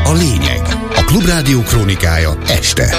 a lényeg. A Klubrádió krónikája este.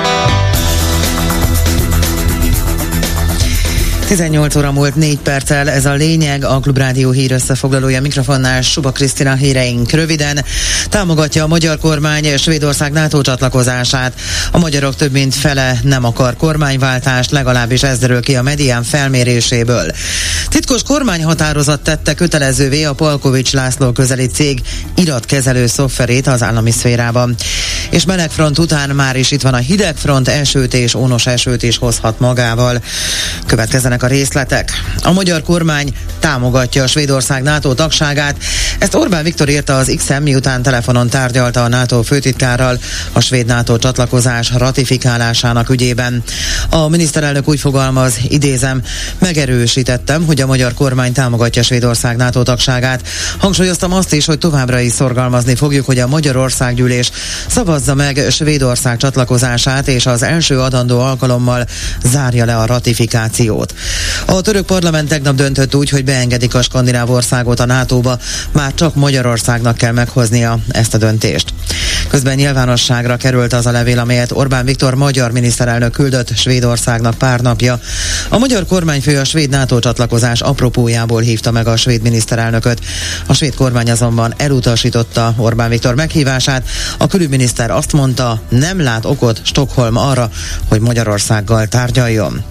18 óra múlt 4 perccel, ez a lényeg, a Klubrádió hír összefoglalója, mikrofonnál Suba Krisztina. Híreink röviden. Támogatja a magyar kormány Svédország NATO csatlakozását. A magyarok több mint fele nem akar kormányváltást, legalábbis ez derül ki a Medián felméréséből. Titkos kormányhatározat tette kötelezővé a Palkovics László közeli cég iratkezelő szoftverét az állami szférában. És melegfront után már is itt van a hidegfront, esőt és ónos esőt is hozhat magával. Következzenek a részletek. A magyar kormány támogatja a Svédország NATO tagságát. Ezt Orbán Viktor írta az X-en, miután telefonon tárgyalta a NATO főtitkárral a svéd NATO csatlakozás ratifikálásának ügyében. A miniszterelnök úgy fogalmaz, idézem, megerősítettem, hogy a magyar kormány támogatja Svédország NATO tagságát. Hangsúlyoztam azt is, hogy továbbra is szorgalmazni fogjuk, hogy a Magyarországgyűlés szavazza meg Svédország csatlakozását, és az első adandó alkalommal zárja le a ratifikációt. A török parlament tegnap döntött úgy, hogy beengedik a skandináv országot a NATO-ba, már csak Magyarországnak kell meghoznia ezt a döntést. Közben nyilvánosságra került az a levél, amelyet Orbán Viktor magyar miniszterelnök küldött Svédországnak pár napja. A magyar kormányfő a svéd NATO csatlakozás apropójából hívta meg a svéd miniszterelnököt. A svéd kormány azonban elutasította Orbán Viktor meghívását. A külügyminiszter azt mondta, nem lát okot Stockholm arra, hogy Magyarországgal tárgyaljon.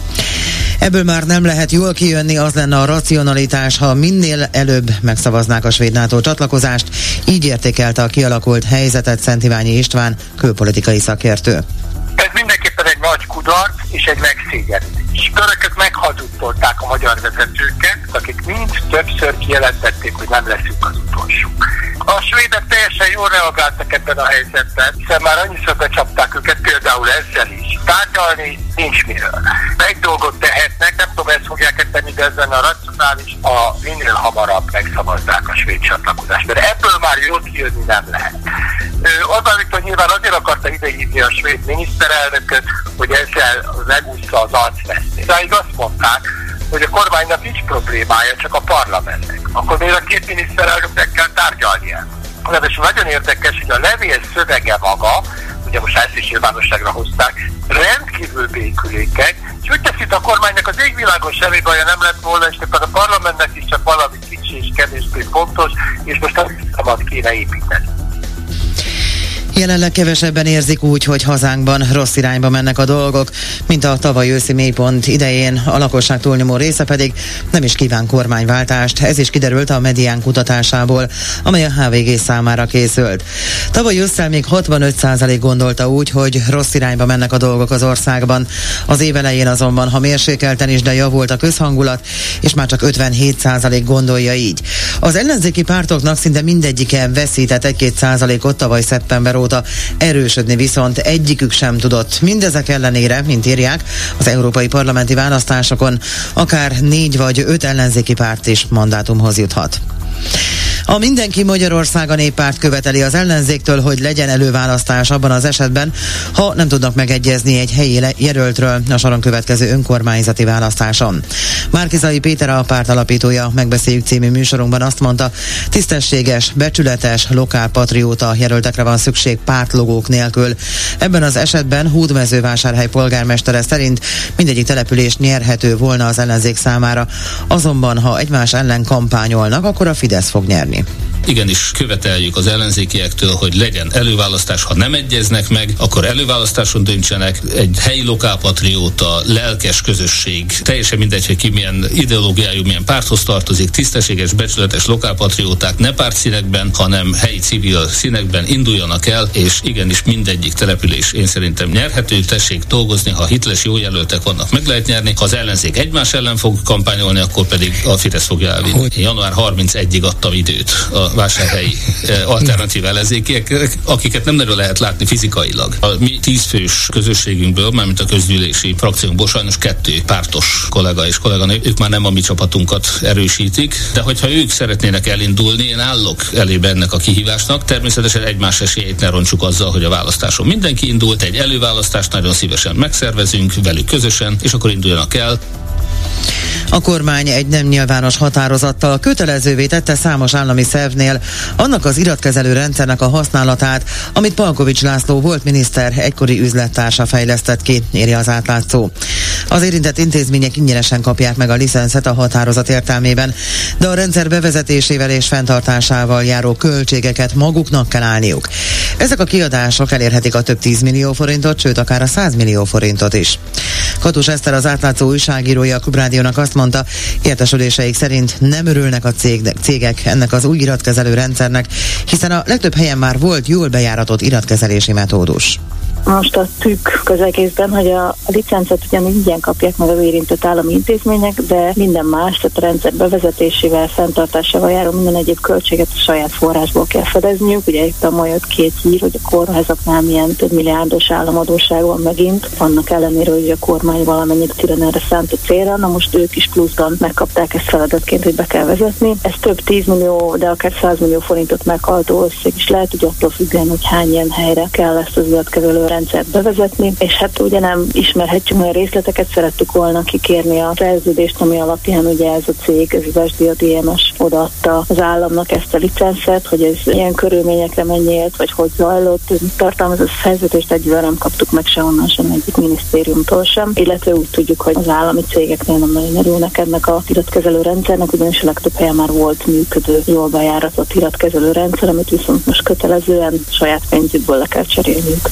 Ebből már nem lehet jól kijönni, az lenne a racionalitás, ha minél előbb megszavaznák a svéd NATO csatlakozást. Így értékelte a kialakult helyzetet Szent Iványi István, külpolitikai szakértő. Ez mindenképpen egy nagy kudarc és egy megszégyenítés. Törökök meghazudtolták a magyar vezetőket, akik mind többször kijelentették, hogy nem leszünk az utolsók. A svédek teljesen jól reagáltak ebben a helyzetben, hiszen már annyiszor becsapták őket, például ezzel is. Tárgyalni nincs miről. Egy dolgot tehetnek, nem tudom, ezt fogják tenni, de ezen a racionális, a minél hamarabb megszavazzák a svéd csatlakozást. Mert ebből már jól kijönni nem lehet. Orbán Viktor nyilván azért akarta idehívni a svéd miniszterelnököt, hogy ezzel megúszta az arcvesztét. De azt mondták, hogy a kormánynak nincs problémája, csak a parlamentnek. Akkor még a két miniszterelnöknek kell tárgyalnia. És nagyon érdekes, hogy a levél szövege maga, ugye most ezt is nyilvánosságra hozták, rendkívül békülékeny, és úgy teszi a kormánynak az égvilágon semmi baja nem lett volna, és akkor a parlamentnek is csak valami kicsi és kevésbé fontos, és most a szabad kéne építeni. Jelenleg kevesebben érzik úgy, hogy hazánkban rossz irányba mennek a dolgok, mint a tavaly őszi mélypont idején, a lakosság túlnyomó része pedig nem is kíván kormányváltást. Ez is kiderült a Medián kutatásából, amely a HVG számára készült. Tavaly ősszel még 65% gondolta úgy, hogy rossz irányba mennek a dolgok az országban. Az év elején azonban, ha mérsékelten is, de javult a közhangulat, és már csak 57% gondolja így. Az ellenzéki pártoknak szinte mindegyike veszített 1-2%-ot tavaly szeptember óta, erősödni viszont egyikük sem tudott. Mindezek ellenére, mint írják, az európai parlamenti választásokon akár 4 vagy 5 ellenzéki párt is mandátumhoz juthat. A Mindenki Magyarországa néppárt követeli az ellenzéktől, hogy legyen előválasztás abban az esetben, ha nem tudnak megegyezni egy helyi jelöltről a soron következő önkormányzati választáson. Márki-Zay Péter, a párt alapítója, Megbeszéljük című műsorunkban azt mondta, tisztességes, becsületes, lokálpatrióta jelöltekre van szükség pártlogók nélkül. Ebben az esetben Hódmezővásárhely polgármestere szerint mindegyik település nyerhető volna az ellenzék számára, azonban ha egymás ellen kampányolnak, akkor a Fidesz fog nyerni. Igenis követeljük az ellenzékiektől, hogy legyen előválasztás, ha nem egyeznek meg, akkor előválasztáson döntsenek. Egy helyi lokálpatrióta, lelkes közösség, teljesen mindegy, hogy ki milyen ideológiájú, milyen párthoz tartozik, tisztességes, becsületes lokálpatrióták ne pártszínekben, hanem helyi civil színekben induljanak el, és igenis mindegyik település én szerintem nyerhető, tessék dolgozni, ha hiteles jó jelöltek vannak, meg lehet nyerni, ha az ellenzék egymás ellen fog kampányolni, akkor pedig a Fidesz fogja elvinni. Január 31-ig adtam időt a vásárhelyi alternatív ellenzékiek, akiket nem nagyon lehet látni fizikailag. A mi 10 fős közösségünkből, mármint a közgyűlési frakciónkból sajnos 2 pártos kollega és kolléganő, ők már nem a mi csapatunkat erősítik, de hogyha ők szeretnének elindulni, én állok elébe ennek a kihívásnak. Természetesen egymás esélyét ne roncsuk azzal, hogy a választáson mindenki indult, egy előválasztást nagyon szívesen megszervezünk velük közösen, és akkor induljanak el. A kormány egy nem nyilvános határozattal kötelezővé tette számos állami szervnél annak az iratkezelő rendszernek a használatát, amit Palkovics László volt miniszter egykori üzlettársa fejlesztett ki, írja az Átlátszó. Az érintett intézmények ingyenesen kapják meg a licenszet a határozat értelmében, de a rendszer bevezetésével és fenntartásával járó költségeket maguknak kell állniuk. Ezek a kiadások elérhetik a több 10 millió forintot, sőt akár a 100 millió forintot is. Katus Eszter, az Átlátszó újságírója a Klubrádiónak azt mondta, értesüléseik szerint nem örülnek a cégek ennek az új iratkezelő rendszernek, hiszen a legtöbb helyen már volt jól bejáratott iratkezelési metódus. Most a trükk az egészben, hogy a licencet ugyanúgy ingyen kapják meg az érintett állami intézmények, de minden más, tehát a rendszer bevezetésével, fenntartásával járó minden egyéb költséget a saját forrásból kell fedezniük. Ugye éppen ma jött 2 hír, hogy a kórházaknál milyen több milliárdos államadósság van megint, annak ellenére, hogy a kormány valamennyit külön erre szánt a célra, na most ők is pluszban megkapták ezt feladatként, hogy be kell vezetni. Ez több 10 millió, de akár 100 millió forintot meghaltó összeg is lehet, hogy attól függően, hogy hány ilyen helyre kell ezt az iratkezelő rendszert bevezetni, és hát ugye nem ismerhetjük olyan részleteket, szerettük volna kikérni a szerződést, ami alapján ugye ez a cég, ez az SDA DMS odaadta az államnak ezt a licenszet, hogy ez ilyen körülményekre mennyiért, vagy hogy zajlott, tartalmaz a szerződést egyébként nem kaptuk meg sehonnan sem, egyik minisztériumtól sem, illetve úgy tudjuk, hogy az állami cégeknél nem nagyon örülnek ennek a iratkezelő rendszernek, ugyanis a legtöbb helyen már volt működő, jól bejáratott iratkezelő rendszer, amit viszont most kötelezően saját pénzükből le kell cserélniük.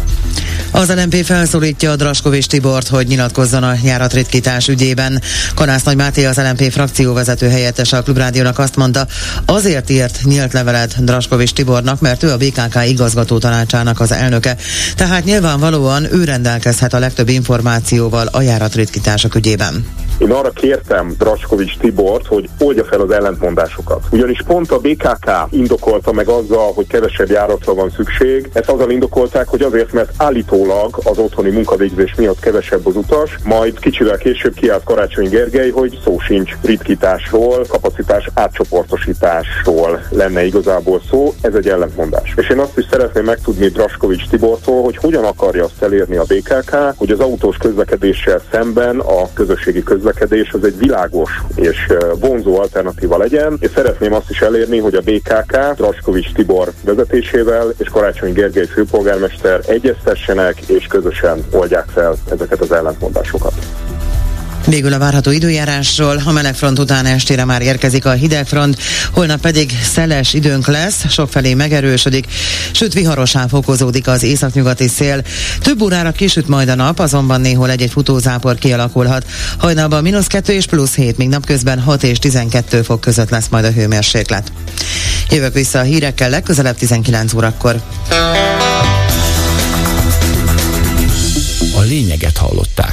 Az LMP felszólítja a Draskovics Tibort, hogy nyilatkozzon a járatritkítás ügyében. Kanász Nagy Máté, az LMP frakcióvezető helyettese a Klubrádiónak azt mondta, azért írt nyílt levelet Draskovics Tibornak, mert ő a BKK igazgató tanácsának az elnöke. Tehát nyilvánvalóan ő rendelkezhet a legtöbb információval a járatritkítások ügyében. Én arra kértem Draskovics Tibort, hogy oldja fel az ellentmondásokat. Ugyanis pont a BKK indokolta meg azzal, hogy kevesebb járatra van szükség. Ezt azzal indokolták, hogy azért, mert állítólag az otthoni munkavégzés miatt kevesebb az utas, majd kicsivel később kiállt Karácsony Gergely, hogy szó sincs ritkításról, kapacitás átcsoportosításról lenne igazából szó. Ez egy ellentmondás. És én azt is szeretném megtudni Draskovics Tibortól, hogy hogyan akarja azt elérni a BKK, hogy az autós közlekedéssel szemben a közösségi közlekedés az egy világos és vonzó alternatíva legyen, és szeretném azt is elérni, hogy a BKK Draskovics Tibor vezetésével és Karácsony Gergely főpolgármester egyeztessenek és közösen oldják fel ezeket az ellentmondásokat. Végül a várható időjárásról. A melegfront után estére már érkezik a hidegfront, holnap pedig szeles időnk lesz, sokfelé megerősödik, sőt viharossá fokozódik az északnyugati szél. Több órára kisüt majd a nap, azonban néhol egy-egy futózápor kialakulhat. Hajnalban -2 és +7, míg napközben 6 és 12 fok között lesz majd a hőmérséklet. Jövök vissza a hírekkel legközelebb 19 órakor. A lényeget hallották.